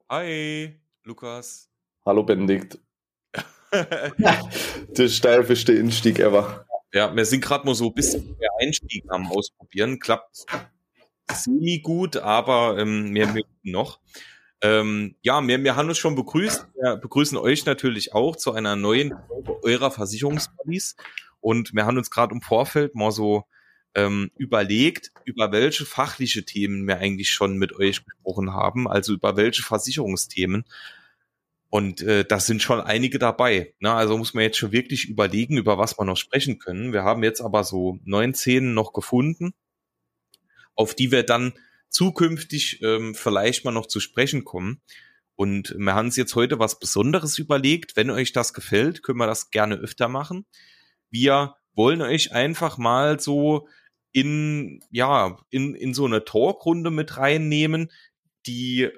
Hi, Lukas. Hallo Benedikt. Der steilste Instieg ever. Ja, wir sind gerade mal so ein bisschen der Einstieg am Ausprobieren. Klappt semi gut, aber wir möchten noch. Ja, wir haben uns schon begrüßt. Wir begrüßen euch natürlich auch zu einer neuen Folge eurer Versicherungsbuddies. Und wir haben uns gerade im Vorfeld mal so überlegt, über welche fachliche Themen wir eigentlich schon mit euch gesprochen haben, also über welche Versicherungsthemen. Und da sind schon einige dabei. Ne? Also muss man jetzt schon wirklich überlegen, über was wir noch sprechen können. Wir haben jetzt aber so 19 noch gefunden, auf die wir dann zukünftig vielleicht mal noch zu sprechen kommen. Und wir haben uns jetzt heute was Besonderes überlegt. Wenn euch das gefällt, können wir das gerne öfter machen. Wir wollen euch einfach mal so in so eine Talkrunde mit reinnehmen, die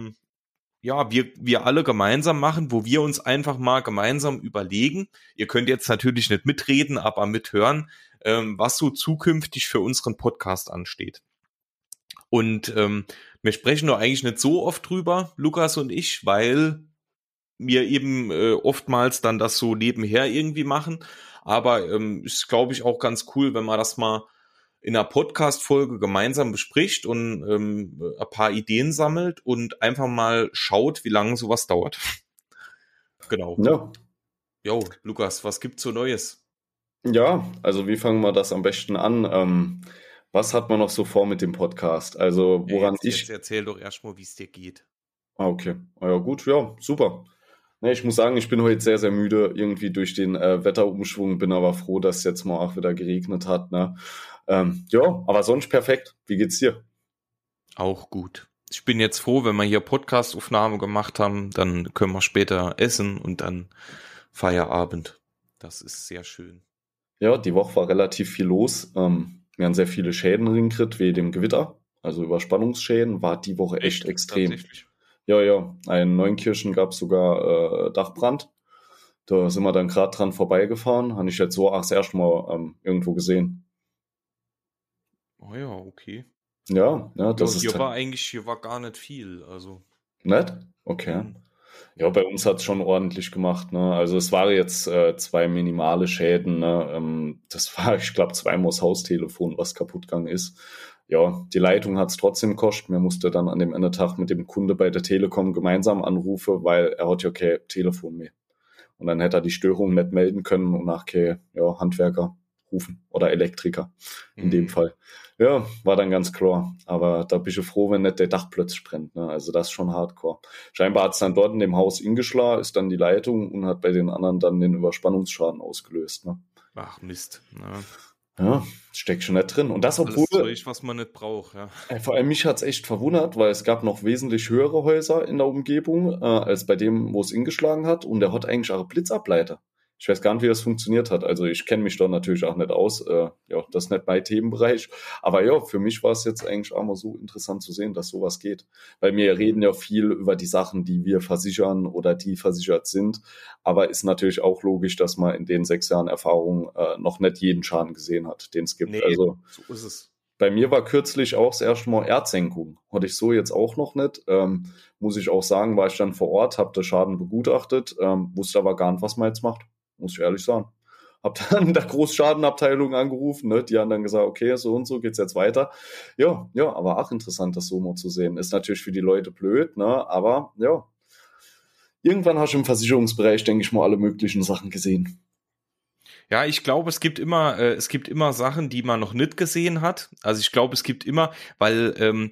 wir alle gemeinsam machen, wo wir uns einfach mal gemeinsam überlegen. Ihr könnt jetzt natürlich nicht mitreden, aber mithören, was so zukünftig für unseren Podcast ansteht. Und wir sprechen doch eigentlich nicht so oft drüber, Lukas und ich, weil wir eben oftmals dann das so nebenher irgendwie machen. Aber ist, glaube ich, auch ganz cool, wenn man das mal in einer Podcast-Folge gemeinsam bespricht und ein paar Ideen sammelt und einfach mal schaut, wie lange sowas dauert. Genau. Ja. Jo, Lukas, was gibt's so Neues? Ja, also wie fangen wir das am besten an? Was hat man noch so vor mit dem Podcast? Also woran Jetzt erzähl doch erstmal, wie es dir geht. Okay. Ja gut, ja, super. Ne, ich muss sagen, ich bin heute sehr, sehr müde irgendwie durch den Wetterumschwung, bin aber froh, dass es jetzt mal auch wieder geregnet hat. Ne? Ja, aber sonst perfekt. Wie geht's dir? Auch gut. Ich bin jetzt froh, wenn wir hier Podcast-Aufnahme gemacht haben, dann können wir später essen und dann Feierabend. Das ist sehr schön. Ja, die Woche war relativ viel los. Wir haben sehr viele Schäden hingekriegt wegen dem Gewitter. Also Überspannungsschäden war die Woche echt extrem. Tatsächlich. Ja. In Neunkirchen gab es sogar Dachbrand. Da sind wir dann gerade dran vorbeigefahren. Habe ich jetzt so das erste Mal irgendwo gesehen. Oh ja, okay. Ja, das ist Hier war gar nicht viel, also. nett. Okay. Ja, bei uns hat es schon ordentlich gemacht. Ne? Also es waren jetzt 2 minimale Schäden. Ne? Das war, ich glaube, zweimal das Haustelefon, was kaputt gegangen ist. Ja, die Leitung hat es trotzdem gekostet. Mir musste dann an dem Ende Tag mit dem Kunde bei der Telekom gemeinsam anrufen, weil er hat ja kein Telefon mehr. Und dann hätte er die Störung nicht melden können und nach Handwerker rufen oder Elektriker in dem Fall. Ja, war dann ganz klar. Aber da bin ich froh, wenn nicht der Dach plötzlich brennt. Ne? Also das ist schon hardcore. Scheinbar hat es dann dort in dem Haus ingeschlagen, ist dann die Leitung und hat bei den anderen dann den Überspannungsschaden ausgelöst. Ne? Ach Mist. Ja. Ja, steckt schon nicht drin. Und das, obwohl. Alles Zeug, was man nicht braucht, ja. Vor allem mich hat's echt verwundert, weil es gab noch wesentlich höhere Häuser in der Umgebung, als bei dem, wo es ingeschlagen hat. Und der hat eigentlich auch Blitzableiter. Ich weiß gar nicht, wie das funktioniert hat. Also ich kenne mich da natürlich auch nicht aus. Ja, das ist nicht mein Themenbereich. Aber ja, für mich war es jetzt eigentlich auch mal so interessant zu sehen, dass sowas geht. Weil wir reden ja viel über die Sachen, die wir versichern oder die versichert sind. Aber ist natürlich auch logisch, dass man in den 6 Jahren Erfahrung noch nicht jeden Schaden gesehen hat, den es gibt. Nee, also so ist es. Bei mir war kürzlich auch das erste Mal Erdsenkung. Hatte ich so jetzt auch noch nicht. Muss ich auch sagen, war ich dann vor Ort, habe den Schaden begutachtet, wusste aber gar nicht, was man jetzt macht. Muss ich ehrlich sagen. Hab dann in der Großschadenabteilung angerufen, ne? Die haben dann gesagt, okay, so und so geht's jetzt weiter. Ja, aber auch interessant, das so mal zu sehen. Ist natürlich für die Leute blöd, ne? Aber ja. Irgendwann hast du im Versicherungsbereich, denke ich mal, alle möglichen Sachen gesehen. Ja, ich glaube, es gibt immer Sachen, die man noch nicht gesehen hat. Also ich glaube, es gibt immer, weil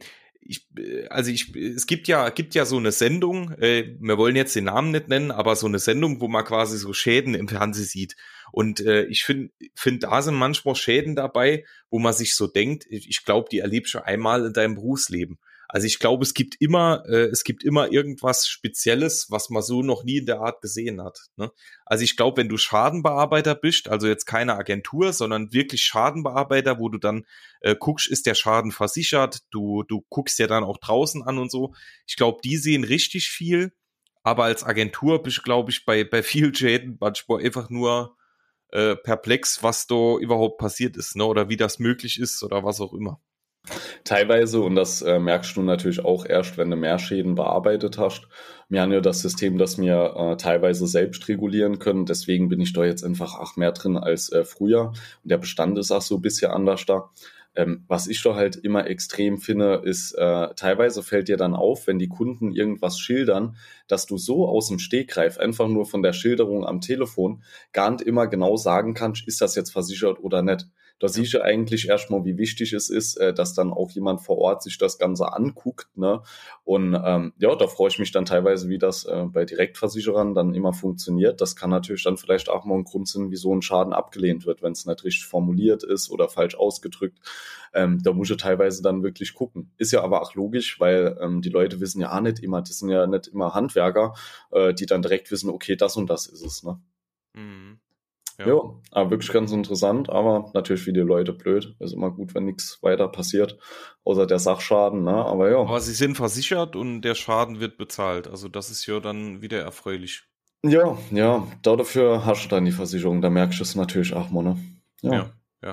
es gibt ja so eine Sendung, wir wollen jetzt den Namen nicht nennen, aber so eine Sendung, wo man quasi so Schäden im Fernsehen sieht. Und ich finde, da sind manchmal Schäden dabei, wo man sich so denkt, ich glaube, die erlebst du einmal in deinem Berufsleben. Also ich glaube, es gibt immer irgendwas Spezielles, was man so noch nie in der Art gesehen hat. Ne? Also ich glaube, wenn du Schadenbearbeiter bist, also jetzt keine Agentur, sondern wirklich Schadenbearbeiter, wo du dann guckst, ist der Schaden versichert, du guckst ja dann auch draußen an und so. Ich glaube, die sehen richtig viel, aber als Agentur bist du, glaube ich, bei vielen Schäden manchmal einfach nur perplex, was da überhaupt passiert ist, ne? Oder wie das möglich ist oder was auch immer. Teilweise, und das merkst du natürlich auch erst, wenn du mehr Schäden bearbeitet hast. Wir haben ja das System, dass wir teilweise selbst regulieren können. Deswegen bin ich da jetzt einfach auch mehr drin als früher. Und der Bestand ist auch so ein bisschen anders da. Was ich da halt immer extrem finde, ist, teilweise fällt dir dann auf, wenn die Kunden irgendwas schildern, dass du so aus dem Stegreif, einfach nur von der Schilderung am Telefon, gar nicht immer genau sagen kannst, ist das jetzt versichert oder nicht. Da Ja. siehst du eigentlich erstmal, wie wichtig es ist, dass dann auch jemand vor Ort sich das Ganze anguckt. Ne? Und ja, da freue ich mich dann teilweise, wie das bei Direktversicherern dann immer funktioniert. Das kann natürlich dann vielleicht auch mal ein Grund sein, wieso ein Schaden abgelehnt wird, wenn es nicht richtig formuliert ist oder falsch ausgedrückt. Da muss ich teilweise dann wirklich gucken. Ist ja aber auch logisch, weil die Leute wissen ja auch nicht immer, das sind ja nicht immer Handwerker, die dann direkt wissen, okay, das und das ist es. Ne? Mhm. Ja, Ja. aber wirklich ganz interessant, aber natürlich für die Leute blöd. Ist immer gut, wenn nichts weiter passiert, außer der Sachschaden, ne? Aber ja. Aber sie sind versichert und der Schaden wird bezahlt. Also das ist ja dann wieder erfreulich. Ja, ja, dafür hast du dann die Versicherung, da merkst du es natürlich auch mal, ne? Ja. Ja, ja.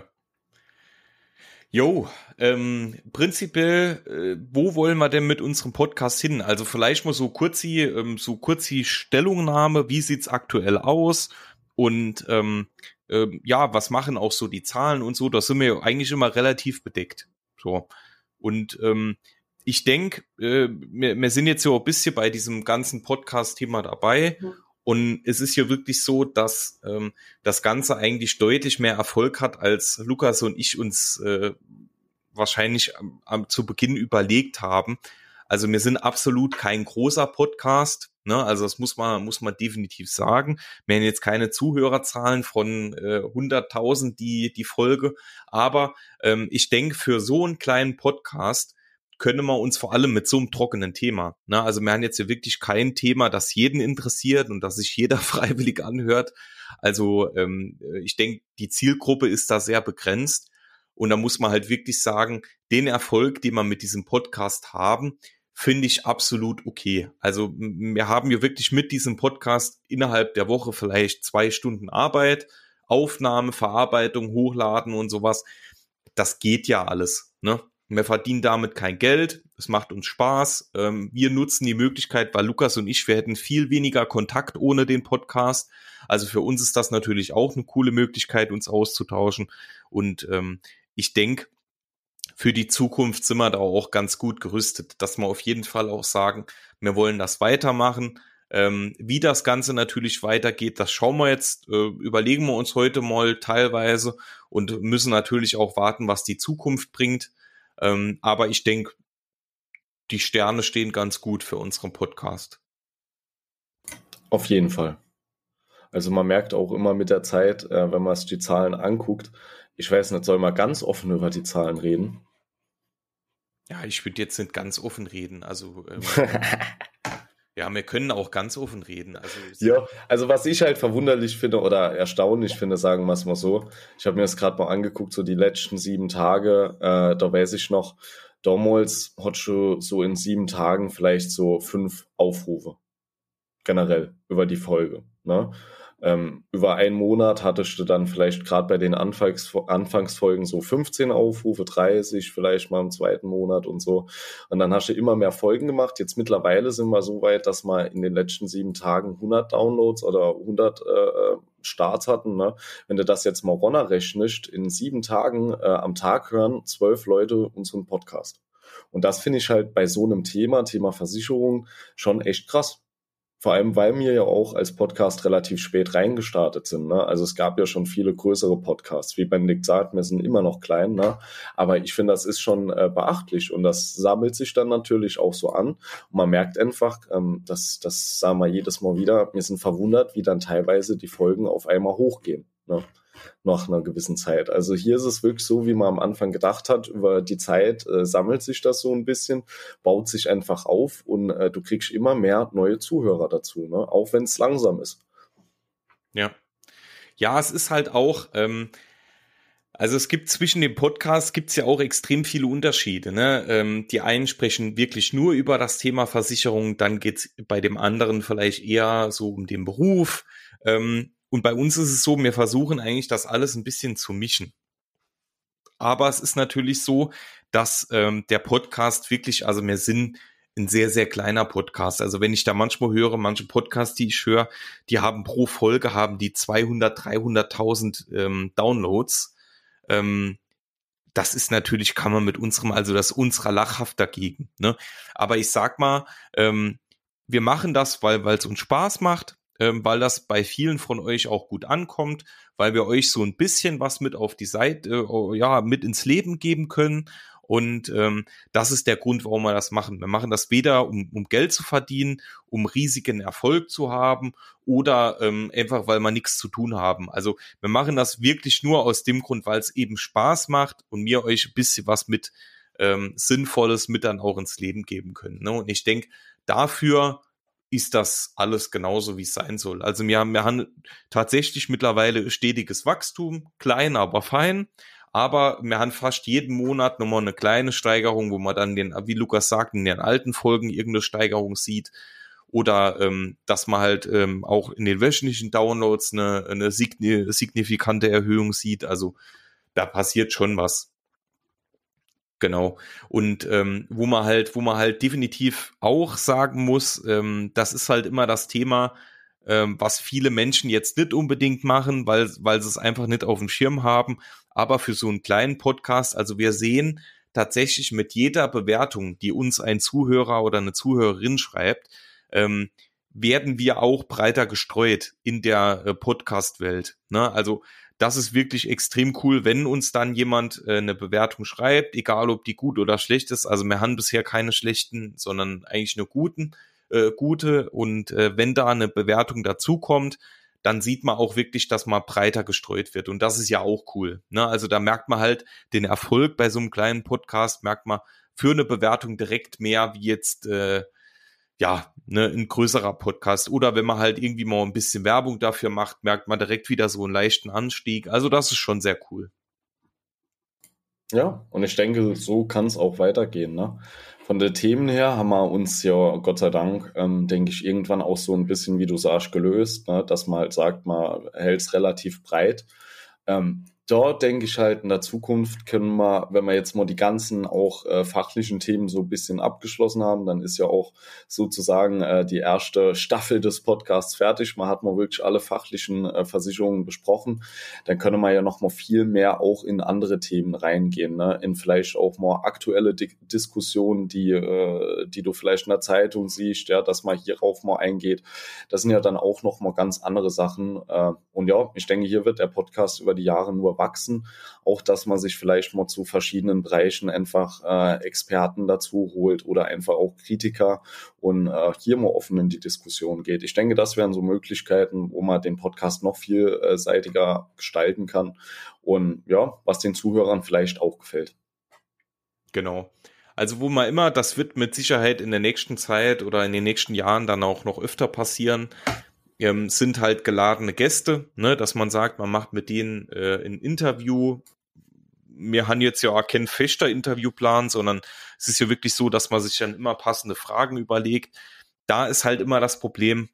Jo, prinzipiell, wo wollen wir denn mit unserem Podcast hin? Also vielleicht mal so kurz die Stellungnahme, wie sieht's aktuell aus? Und ja, was machen auch so die Zahlen und so? Da sind wir eigentlich immer relativ bedeckt. So. Und ich denke, wir sind jetzt so ein bisschen bei diesem ganzen Podcast-Thema dabei. Und es ist ja wirklich so, dass das Ganze eigentlich deutlich mehr Erfolg hat, als Lukas und ich uns wahrscheinlich zu Beginn überlegt haben. Also wir sind absolut kein großer Podcast, ne? Also das muss man definitiv sagen. Wir haben jetzt keine Zuhörerzahlen von 100.000 die Folge, aber ich denke, für so einen kleinen Podcast können wir uns vor allem mit so einem trockenen Thema, ne? Also wir haben jetzt hier wirklich kein Thema, das jeden interessiert und das sich jeder freiwillig anhört. Also ich denke, die Zielgruppe ist da sehr begrenzt und da muss man halt wirklich sagen, den Erfolg, den wir mit diesem Podcast haben, finde ich absolut okay. Also wir haben ja wirklich mit diesem Podcast innerhalb der Woche vielleicht 2 Stunden Arbeit, Aufnahme, Verarbeitung, Hochladen und sowas. Das geht ja alles, ne? Wir verdienen damit kein Geld, es macht uns Spaß. Wir nutzen die Möglichkeit, weil Lukas und ich, wir hätten viel weniger Kontakt ohne den Podcast. Also für uns ist das natürlich auch eine coole Möglichkeit, uns auszutauschen. Und ich denke, für die Zukunft sind wir da auch ganz gut gerüstet, dass wir auf jeden Fall auch sagen, wir wollen das weitermachen. Wie das Ganze natürlich weitergeht, das schauen wir jetzt, überlegen wir uns heute mal teilweise und müssen natürlich auch warten, was die Zukunft bringt. Aber ich denke, die Sterne stehen ganz gut für unseren Podcast. Auf jeden Fall. Also man merkt auch immer mit der Zeit, wenn man sich die Zahlen anguckt, ich weiß nicht, soll man ganz offen über die Zahlen reden? Ja, ich würde jetzt nicht ganz offen reden. Also ja, wir können auch ganz offen reden. Also Ja, also was ich halt verwunderlich finde oder erstaunlich finde, sagen wir es mal so, ich habe mir das gerade mal angeguckt, so die letzten 7 Tage, da weiß ich noch, damals hattest du so in 7 Tagen vielleicht so 5 Aufrufe, generell über die Folge, ne? Über einen Monat hattest du dann vielleicht gerade bei den Anfangsfolgen so 15 Aufrufe, 30 vielleicht mal im zweiten Monat und so. Und dann hast du immer mehr Folgen gemacht. Jetzt mittlerweile sind wir so weit, dass wir in den letzten 7 Tagen 100 Downloads oder 100 Starts hatten. Ne? Wenn du das jetzt mal runterrechnest, in 7 Tagen am Tag hören 12 Leute unseren Podcast. Und das finde ich halt bei so einem Thema Versicherung, schon echt krass. Vor allem, weil wir ja auch als Podcast relativ spät reingestartet sind. Ne? Also es gab ja schon viele größere Podcasts. Wie Benedikt sagt, wir sind immer noch klein. Ne? Aber ich finde, das ist schon beachtlich. Und das sammelt sich dann natürlich auch so an. Und man merkt einfach, das sagen wir jedes Mal wieder, wir sind verwundert, wie dann teilweise die Folgen auf einmal hochgehen. Ne? Nach einer gewissen Zeit. Also hier ist es wirklich so, wie man am Anfang gedacht hat, über die Zeit sammelt sich das so ein bisschen, baut sich einfach auf und du kriegst immer mehr neue Zuhörer dazu, ne? Auch wenn es langsam ist. ja. Ja, es ist halt auch, also es gibt zwischen den Podcasts gibt's ja auch extrem viele Unterschiede. Ne? Die einen sprechen wirklich nur über das Thema Versicherung, dann geht's bei dem anderen vielleicht eher so um den Beruf. Und bei uns ist es so, wir versuchen eigentlich das alles ein bisschen zu mischen. Aber es ist natürlich so, dass der Podcast wirklich, also wir sind ein sehr, sehr kleiner Podcast. Also wenn ich da manchmal höre, manche Podcasts, die ich höre, die haben pro Folge, haben die 200, 300.000 Downloads. Das ist natürlich, kann man mit unserem, also das ist unserer lachhaft dagegen. Ne? Aber ich sag mal, wir machen das, weil es uns Spaß macht, weil das bei vielen von euch auch gut ankommt, weil wir euch so ein bisschen was mit auf die Seite, ja, mit ins Leben geben können. Und das ist der Grund, warum wir das machen. Wir machen das weder, um Geld zu verdienen, um riesigen Erfolg zu haben oder einfach, weil wir nichts zu tun haben. Also wir machen das wirklich nur aus dem Grund, weil es eben Spaß macht und wir euch ein bisschen was mit Sinnvolles mit dann auch ins Leben geben können. Ne? Und ich denke, dafür ist das alles genauso, wie es sein soll. Also wir haben tatsächlich mittlerweile stetiges Wachstum, klein, aber fein. Aber wir haben fast jeden Monat nochmal eine kleine Steigerung, wo man dann wie Lukas sagt, in den alten Folgen irgendeine Steigerung sieht. Oder dass man halt auch in den wöchentlichen Downloads eine signifikante Erhöhung sieht. Also da passiert schon was. Genau. Und wo man halt definitiv auch sagen muss, das ist halt immer das Thema, was viele Menschen jetzt nicht unbedingt machen, weil sie es einfach nicht auf dem Schirm haben. Aber für so einen kleinen Podcast, also wir sehen tatsächlich mit jeder Bewertung, die uns ein Zuhörer oder eine Zuhörerin schreibt, werden wir auch breiter gestreut in der Podcast-Welt. Ne? Also das ist wirklich extrem cool, wenn uns dann jemand eine Bewertung schreibt, egal ob die gut oder schlecht ist. Also wir haben bisher keine schlechten, sondern eigentlich nur gute. Und wenn da eine Bewertung dazukommt, dann sieht man auch wirklich, dass man breiter gestreut wird. Und das ist ja auch cool. Ne? Also da merkt man halt den Erfolg bei so einem kleinen Podcast, merkt man für eine Bewertung direkt mehr wie jetzt ein größerer Podcast. Oder wenn man halt irgendwie mal ein bisschen Werbung dafür macht, merkt man direkt wieder so einen leichten Anstieg. Also das ist schon sehr cool. Ja, und ich denke, so kann es auch weitergehen. Ne? Von den Themen her haben wir uns ja, Gott sei Dank, denke ich, irgendwann auch so ein bisschen, wie du sagst, gelöst, ne? Dass man halt sagt, man hält es relativ breit. Dort denke ich halt, in der Zukunft können wir, wenn wir jetzt mal die ganzen auch fachlichen Themen so ein bisschen abgeschlossen haben, dann ist ja auch sozusagen die erste Staffel des Podcasts fertig. Man hat mal wirklich alle fachlichen Versicherungen besprochen. Dann können wir ja noch mal viel mehr auch in andere Themen reingehen, ne? In vielleicht auch mal aktuelle Diskussionen, die du vielleicht in der Zeitung siehst, ja, dass man hierauf mal eingeht. Das sind ja dann auch noch mal ganz andere Sachen. Und ja, ich denke, hier wird der Podcast über die Jahre nur wachsen. Auch, dass man sich vielleicht mal zu verschiedenen Bereichen einfach Experten dazu holt oder einfach auch Kritiker und hier mal offen in die Diskussion geht. Ich denke, das wären so Möglichkeiten, wo man den Podcast noch vielseitiger gestalten kann und ja, was den Zuhörern vielleicht auch gefällt. Genau. Also wo man immer, das wird mit Sicherheit in der nächsten Zeit oder in den nächsten Jahren dann auch noch öfter passieren, sind halt geladene Gäste, ne, dass man sagt, man macht mit denen ein Interview. Wir haben jetzt ja auch keinen festen Interviewplan, sondern es ist ja wirklich so, dass man sich dann immer passende Fragen überlegt. Da ist halt immer das Problem,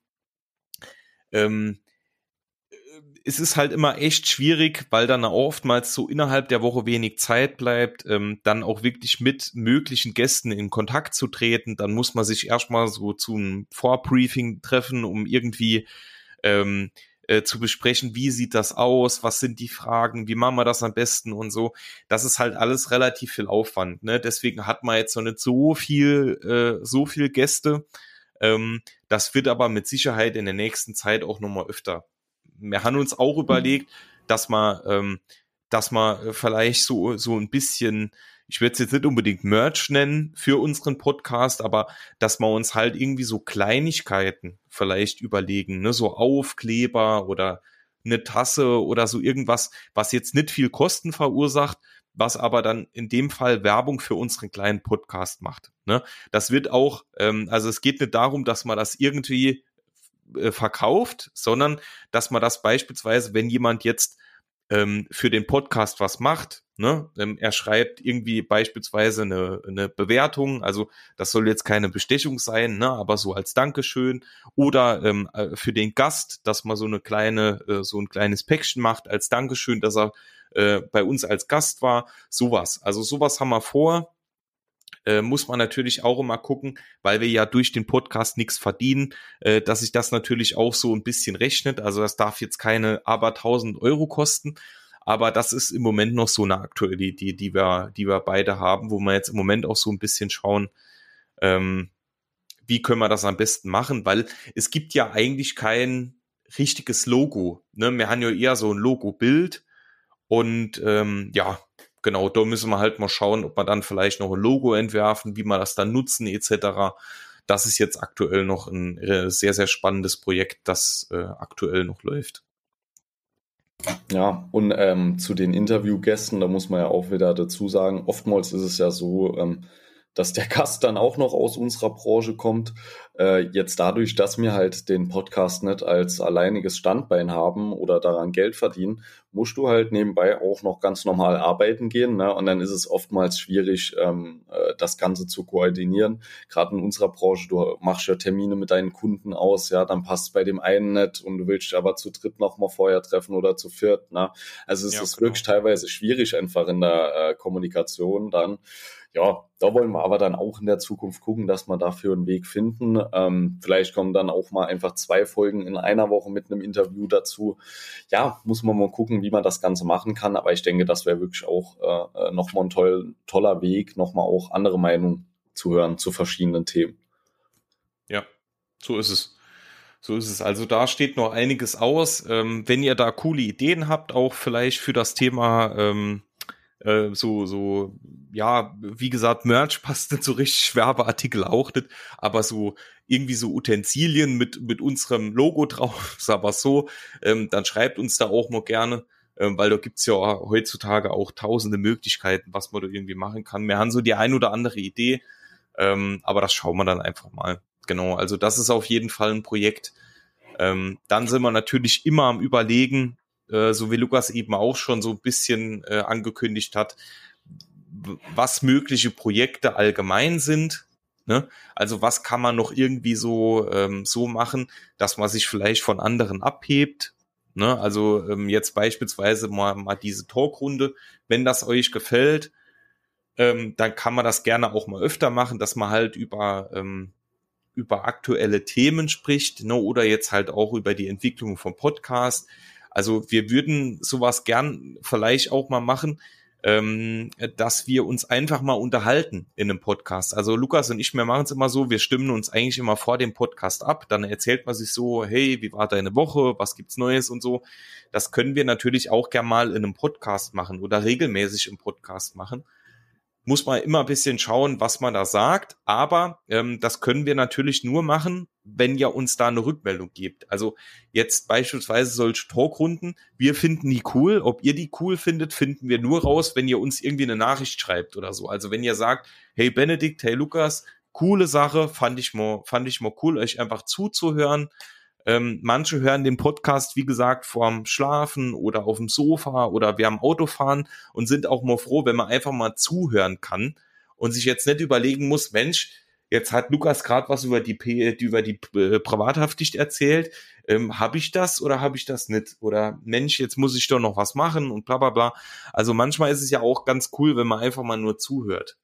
es ist halt immer echt schwierig, weil dann oftmals so innerhalb der Woche wenig Zeit bleibt, dann auch wirklich mit möglichen Gästen in Kontakt zu treten. Dann muss man sich erstmal so zum Vorbriefing treffen, um irgendwie zu besprechen, wie sieht das aus, was sind die Fragen, wie machen wir das am besten und so. Das ist halt alles relativ viel Aufwand. Ne? Deswegen hat man jetzt noch nicht so viel Gäste. Das wird aber mit Sicherheit in der nächsten Zeit auch nochmal öfter. Wir haben uns auch überlegt, dass man vielleicht so ein bisschen, ich würde es jetzt nicht unbedingt Merch nennen für unseren Podcast, aber dass wir uns halt irgendwie so Kleinigkeiten vielleicht überlegen, ne, so Aufkleber oder eine Tasse oder so irgendwas, was jetzt nicht viel Kosten verursacht, was aber dann in dem Fall Werbung für unseren kleinen Podcast macht. Ne? Das wird auch, also es geht nicht darum, dass man das irgendwie verkauft, sondern dass man das beispielsweise, wenn jemand jetzt für den Podcast was macht, ne, er schreibt irgendwie beispielsweise eine Bewertung, also das soll jetzt keine Bestechung sein, ne, aber so als Dankeschön oder für den Gast, dass man so ein kleines Päckchen macht als Dankeschön, dass er bei uns als Gast war, sowas. Also sowas haben wir vor. Muss man natürlich auch immer gucken, weil wir ja durch den Podcast nichts verdienen, dass sich das natürlich auch so ein bisschen rechnet. Also das darf jetzt keine aber 1.000 Euro kosten. Aber das ist im Moment noch so eine aktuelle Idee, die wir beide haben, wo wir jetzt im Moment auch so ein bisschen schauen, wie können wir das am besten machen, weil es gibt ja eigentlich kein richtiges Logo. Ne? Wir haben ja eher so ein Logo-Bild und ja, genau, da müssen wir halt mal schauen, ob wir dann vielleicht noch ein Logo entwerfen, wie wir das dann nutzen etc. Das ist jetzt aktuell noch ein sehr, sehr spannendes Projekt, das aktuell noch läuft. Ja, und zu den Interviewgästen, da muss man ja auch wieder dazu sagen, oftmals ist es ja so, dass der Gast dann auch noch aus unserer Branche kommt. Jetzt dadurch, dass wir halt den Podcast nicht als alleiniges Standbein haben oder daran Geld verdienen, musst du halt nebenbei auch noch ganz normal arbeiten gehen. Ne? Und dann ist es oftmals schwierig, das Ganze zu koordinieren. Gerade in unserer Branche, du machst ja Termine mit deinen Kunden aus, ja, dann passt es bei dem einen nicht und du willst dich aber zu dritt noch mal vorher treffen oder zu viert. Ne? Also es ist wirklich teilweise schwierig einfach in der Kommunikation dann. Ja, da wollen wir aber dann auch in der Zukunft gucken, dass wir dafür einen Weg finden. Vielleicht kommen dann auch mal einfach 2 Folgen in einer Woche mit einem Interview dazu. Ja, muss man mal gucken, wie man das Ganze machen kann. Aber ich denke, das wäre wirklich auch nochmal ein toller Weg, nochmal auch andere Meinungen zu hören zu verschiedenen Themen. Ja, so ist es. So ist es. Also da steht noch einiges aus. Wenn ihr da coole Ideen habt, auch vielleicht für das Thema ja, wie gesagt, Merch passt nicht so richtig, Werbeartikel auch nicht, aber so irgendwie so Utensilien mit unserem Logo drauf, sag mal so, dann schreibt uns da auch mal gerne, weil da gibt's ja heutzutage auch tausende Möglichkeiten, was man da irgendwie machen kann. Wir haben so die ein oder andere Idee, aber das schauen wir dann einfach mal. Genau, also das ist auf jeden Fall ein Projekt. Dann sind wir natürlich immer am Überlegen, so wie Lukas eben auch schon so ein bisschen angekündigt hat, was mögliche Projekte allgemein sind. Ne? Also was kann man noch irgendwie so machen, dass man sich vielleicht von anderen abhebt. Ne? Also jetzt beispielsweise mal diese Talkrunde, wenn das euch gefällt, dann kann man das gerne auch mal öfter machen, dass man halt über aktuelle Themen spricht, ne? Oder jetzt halt auch über die Entwicklung vom Podcast. Also wir würden sowas gern vielleicht auch mal machen, dass wir uns einfach mal unterhalten in einem Podcast. Also Lukas und ich, wir machen es immer so, wir stimmen uns eigentlich immer vor dem Podcast ab, dann erzählt man sich so, hey, wie war deine Woche, was gibt's Neues und so. Das können wir natürlich auch gern mal in einem Podcast machen oder regelmäßig im Podcast machen. Muss man immer ein bisschen schauen, was man da sagt, aber das können wir natürlich nur machen, wenn ihr uns da eine Rückmeldung gibt. Also jetzt beispielsweise solche Talkrunden, wir finden die cool, ob ihr die cool findet, finden wir nur raus, wenn ihr uns irgendwie eine Nachricht schreibt oder so. Also wenn ihr sagt, hey Benedikt, hey Lukas, coole Sache, fand ich mal cool, euch einfach zuzuhören. Manche hören den Podcast, wie gesagt, vorm Schlafen oder auf dem Sofa oder während Autofahren und sind auch mal froh, wenn man einfach mal zuhören kann und sich jetzt nicht überlegen muss, Mensch, jetzt hat Lukas gerade was über die Privathaftpflicht erzählt. Habe ich das oder habe ich das nicht? Oder Mensch, jetzt muss ich doch noch was machen und bla bla bla. Also manchmal ist es ja auch ganz cool, wenn man einfach mal nur zuhört.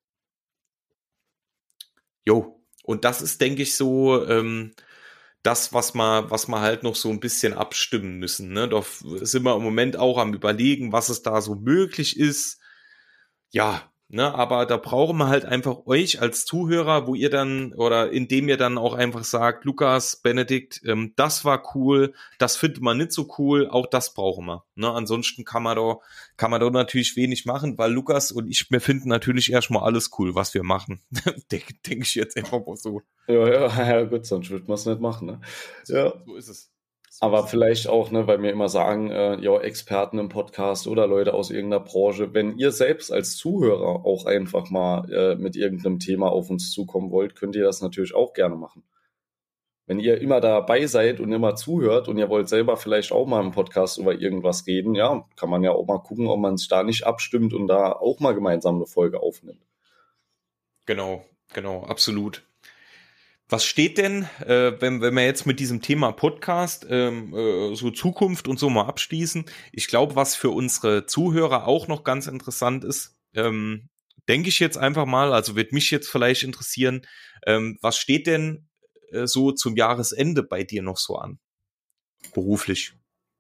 Jo, und das ist, denke ich, so das, was wir halt noch so ein bisschen abstimmen müssen. Ne? Da sind wir im Moment auch am Überlegen, was es da so möglich ist. Ja, ne, aber da brauchen wir halt einfach euch als Zuhörer, wo ihr dann, oder indem ihr dann auch einfach sagt, Lukas, Benedikt, das war cool, das findet man nicht so cool, auch das brauchen wir. Ne? Ansonsten kann man da natürlich wenig machen, weil Lukas und ich, wir finden natürlich erstmal alles cool, was wir machen. Denke ich jetzt einfach mal so. Ja, gut, sonst würde man es nicht machen. Ne? Ja. So ist es. Aber vielleicht auch, ne, weil wir immer sagen, ja, Experten im Podcast oder Leute aus irgendeiner Branche, wenn ihr selbst als Zuhörer auch einfach mal mit irgendeinem Thema auf uns zukommen wollt, könnt ihr das natürlich auch gerne machen. Wenn ihr immer dabei seid und immer zuhört und ihr wollt selber vielleicht auch mal im Podcast über irgendwas reden, ja, kann man ja auch mal gucken, ob man sich da nicht abstimmt und da auch mal gemeinsam eine Folge aufnimmt. Genau, absolut. Was steht denn, wenn wir jetzt mit diesem Thema Podcast so Zukunft und so mal abschließen? Ich glaube, was für unsere Zuhörer auch noch ganz interessant ist, denke ich jetzt einfach mal, also wird mich jetzt vielleicht interessieren, was steht denn so zum Jahresende bei dir noch so an, beruflich?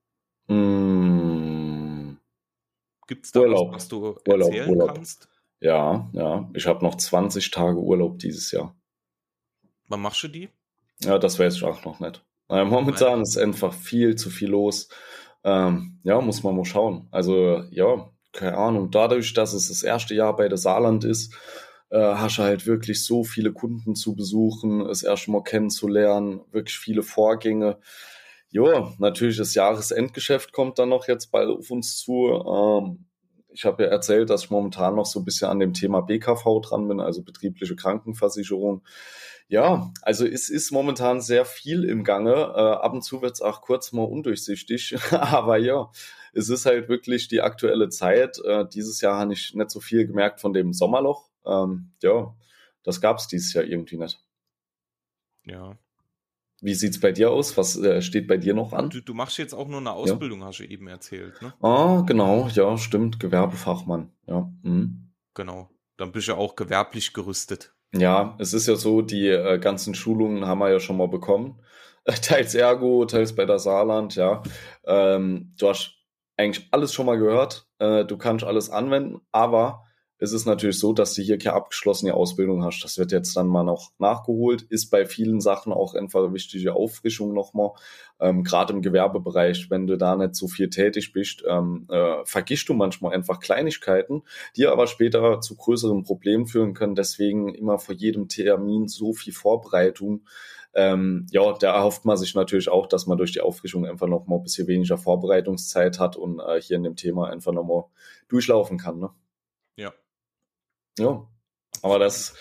Gibt es da Urlaub. was du erzählen Urlaub. kannst? Ja. Ich habe noch 20 Tage Urlaub dieses Jahr. Wann machst du die? Ja, das weiß ich auch noch nicht. Momentan ist einfach viel zu viel los. Muss man mal schauen. Also, ja, keine Ahnung. Dadurch, dass es das erste Jahr bei der Saarland ist, hast du halt wirklich so viele Kunden zu besuchen, es erst mal kennenzulernen, wirklich viele Vorgänge. Ja, natürlich das Jahresendgeschäft kommt dann noch jetzt bald auf uns zu. Ich habe ja erzählt, dass ich momentan noch so ein bisschen an dem Thema BKV dran bin, also betriebliche Krankenversicherung. Ja, also es ist momentan sehr viel im Gange. Ab und zu wird es auch kurz mal undurchsichtig. Aber ja, es ist halt wirklich die aktuelle Zeit. Dieses Jahr habe ich nicht so viel gemerkt von dem Sommerloch. Das gab es dieses Jahr irgendwie nicht. Ja. Wie sieht's bei dir aus? Was steht bei dir noch an? Du machst jetzt auch nur eine Ausbildung, hast du eben erzählt, ne? Ah, genau, ja, stimmt, Gewerbefachmann, ja. Genau. Dann bist du auch gewerblich gerüstet. Ja, es ist ja so, die ganzen Schulungen haben wir ja schon mal bekommen. Teils Ergo, teils bei der Saarland, ja. Du hast eigentlich alles schon mal gehört. Du kannst alles anwenden, aber es ist natürlich so, dass du hier keine abgeschlossene Ausbildung hast. Das wird jetzt dann mal noch nachgeholt. Ist bei vielen Sachen auch einfach eine wichtige Auffrischung nochmal. Gerade im Gewerbebereich, wenn du da nicht so viel tätig bist, vergisst du manchmal einfach Kleinigkeiten, die aber später zu größeren Problemen führen können. Deswegen immer vor jedem Termin so viel Vorbereitung. Da erhofft man sich natürlich auch, dass man durch die Auffrischung einfach noch mal ein bisschen weniger Vorbereitungszeit hat und hier in dem Thema einfach noch mal durchlaufen kann. Ne? Ja. Ja, aber das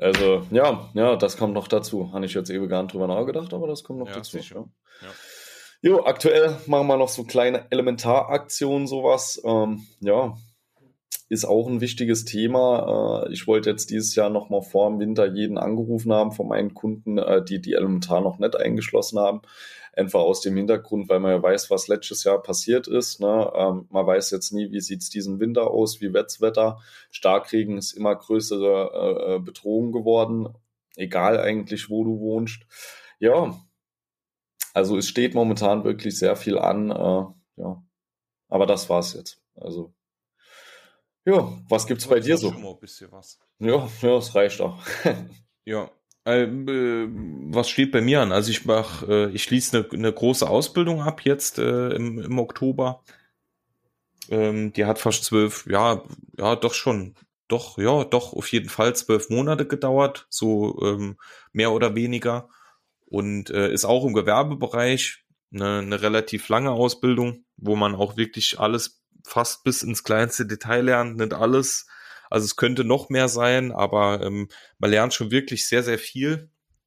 kommt noch dazu. Habe ich jetzt ewig gar nicht drüber nachgedacht, aber das kommt noch dazu. Sicher. Ja. Jo, aktuell machen wir noch so kleine Elementaraktionen, sowas. Ist auch ein wichtiges Thema. Ich wollte jetzt dieses Jahr noch mal vor dem Winter jeden angerufen haben von meinen Kunden, die Elementar noch nicht eingeschlossen haben. Einfach aus dem Hintergrund, weil man ja weiß, was letztes Jahr passiert ist. Ne? Man weiß jetzt nie, wie sieht's diesen Winter aus, wie wird's Wetter. Starkregen ist immer größere Bedrohung geworden, egal eigentlich, wo du wohnst. Ja, also es steht momentan wirklich sehr viel an. Aber das war's jetzt. Also ja, was gibt's bei dir so? Schon mal ein bisschen was. Ja, das reicht auch. Ja. Was steht bei mir an? Also ich schließe eine große Ausbildung ab jetzt im Oktober. Die hat fast 12, doch auf jeden Fall 12 Monate gedauert, so mehr oder weniger. Und ist auch im Gewerbebereich eine relativ lange Ausbildung, wo man auch wirklich alles fast bis ins kleinste Detail lernt, nicht alles. Also es könnte noch mehr sein, aber man lernt schon wirklich sehr, sehr viel.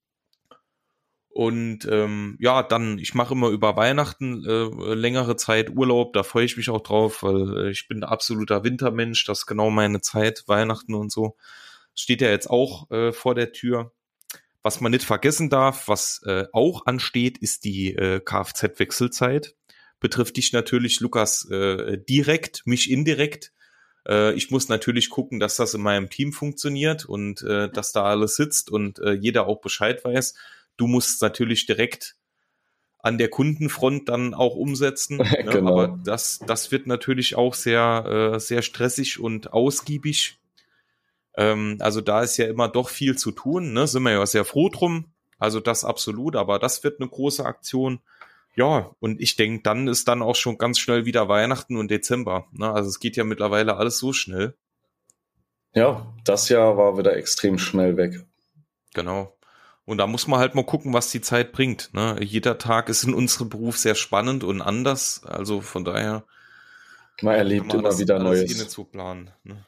Und ich mache immer über Weihnachten längere Zeit Urlaub, da freue ich mich auch drauf, weil ich bin ein absoluter Wintermensch, das ist genau meine Zeit, Weihnachten und so. Steht ja jetzt auch vor der Tür. Was man nicht vergessen darf, was auch ansteht, ist die Kfz-Wechselzeit. Betrifft dich natürlich, Lukas, direkt, mich indirekt. Ich muss natürlich gucken, dass das in meinem Team funktioniert und dass da alles sitzt und jeder auch Bescheid weiß. Du musst natürlich direkt an der Kundenfront dann auch umsetzen. Ne? Genau. Aber das wird natürlich auch sehr, sehr stressig und ausgiebig. Also da ist ja immer doch viel zu tun. Ne? Sind wir ja sehr froh drum. Also das absolut. Aber das wird eine große Aktion. Ja, und ich denke, dann ist dann auch schon ganz schnell wieder Weihnachten und Dezember. Ne? Also es geht ja mittlerweile alles so schnell. Ja, das Jahr war wieder extrem schnell weg. Genau. Und da muss man halt mal gucken, was die Zeit bringt. Ne? Jeder Tag ist in unserem Beruf sehr spannend und anders. Also von daher. Man erlebt immer wieder Neues. Nicht so planen, ne?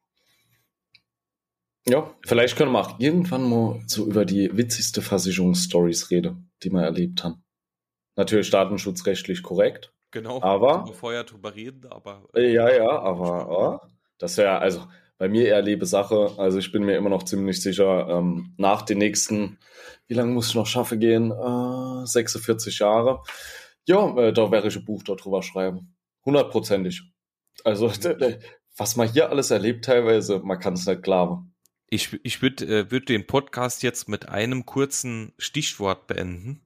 Ja, vielleicht können wir auch irgendwann mal so über die witzigste Versicherungsstories reden, die wir erlebt haben. Natürlich datenschutzrechtlich korrekt. Genau. Aber vorher drüber reden, aber. aber das wäre, also Bei mir eher Sache. Also ich bin mir immer noch ziemlich sicher, nach den nächsten, wie lange muss ich noch schaffen gehen? 46 Jahre. Ja, da werde ich ein Buch darüber schreiben. 100%ig. Also was man hier alles erlebt teilweise, man kann es nicht glauben. Ich würd den Podcast jetzt mit einem kurzen Stichwort beenden.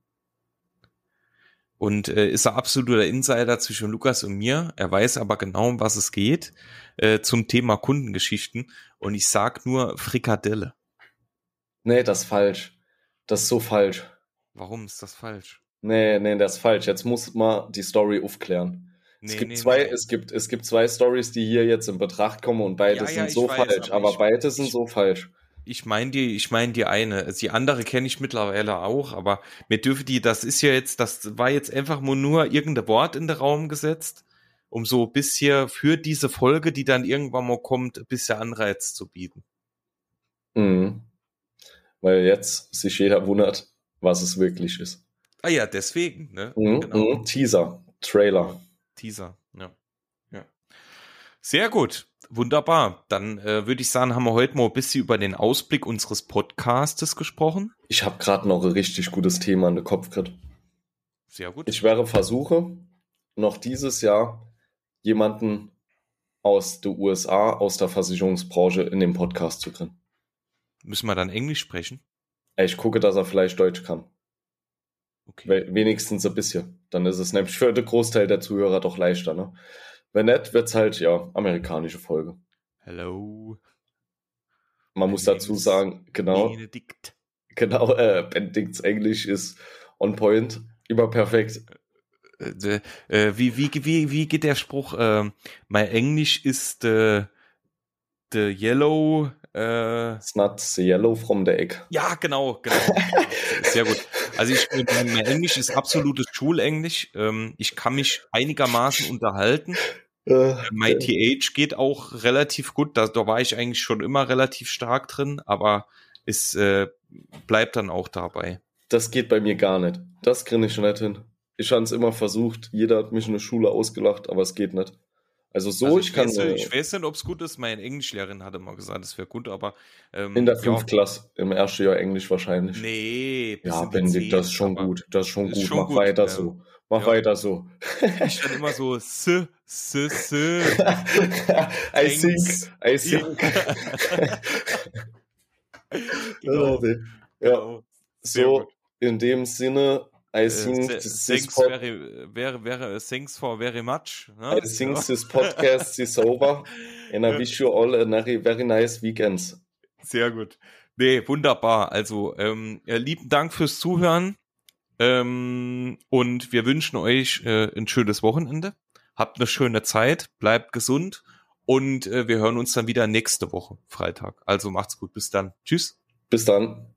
Und ist ein absoluter Insider zwischen Lukas und mir. Er weiß aber genau, um was es geht, zum Thema Kundengeschichten. Und ich sag nur Frikadelle. Nee, das ist falsch. Das ist so falsch. Warum ist das falsch? Nee, das ist falsch. Jetzt muss man die Story aufklären. Es gibt zwei Stories, die hier jetzt in Betracht kommen und beide sind so falsch. Aber beide sind so falsch. Ich meine die eine. Die andere kenne ich mittlerweile auch, aber mir dürfen das war jetzt einfach nur irgendein Wort in den Raum gesetzt, um so ein bisschen für diese Folge, die dann irgendwann mal kommt, ein bisschen Anreiz zu bieten. Mhm. Weil jetzt sich jeder wundert, was es wirklich ist. Ah ja, deswegen, ne? Genau. Teaser, Trailer. Teaser, ja. Sehr gut. Wunderbar. Dann würde ich sagen, haben wir heute mal ein bisschen über den Ausblick unseres Podcastes gesprochen. Ich habe gerade noch ein richtig gutes Thema in den Kopf gekriegt. Sehr gut. Ich versuche, noch dieses Jahr jemanden aus den USA, aus der Versicherungsbranche in den Podcast zu kriegen. Müssen wir dann Englisch sprechen? Ich gucke, dass er vielleicht Deutsch kann. Okay. Wenigstens ein bisschen. Dann ist es nämlich für den Großteil der Zuhörer doch leichter, ne? Wenn nicht, wird's halt, ja, amerikanische Folge. Hello. Man muss dazu sagen, Benedikt. Benedikts Englisch ist on point, immer perfekt. Wie geht der Spruch? My English is the yellow. It's not the yellow from the egg. Ja, genau. Sehr gut. Also mein Englisch ist absolutes Schulenglisch. Ich kann mich einigermaßen unterhalten. Mein TH geht auch relativ gut. Da war ich eigentlich schon immer relativ stark drin, aber es bleibt dann auch dabei. Das geht bei mir gar nicht. Das kriege ich schon nicht hin. Ich habe es immer versucht. Jeder hat mich in der Schule ausgelacht, aber es geht nicht. Also ich weiß nicht, ob es gut ist. Meine Englischlehrerin hatte mal gesagt, es wäre gut, aber in der 5. Klasse, im ersten Jahr Englisch wahrscheinlich. Nee, ja, Benedikt, das ist schon gut. Das ist schon gut. Mach weiter so. Mach weiter so. Ich stand immer so I think. Genau. Ja. So, in dem Sinne, I think thanks for very much. Ne? I think this podcast is over and I wish you all a very nice weekend. Sehr gut. Nee, wunderbar. Also, lieben Dank fürs Zuhören. Und wir wünschen euch ein schönes Wochenende. Habt eine schöne Zeit, bleibt gesund und wir hören uns dann wieder nächste Woche, Freitag. Also macht's gut, bis dann. Tschüss. Bis dann.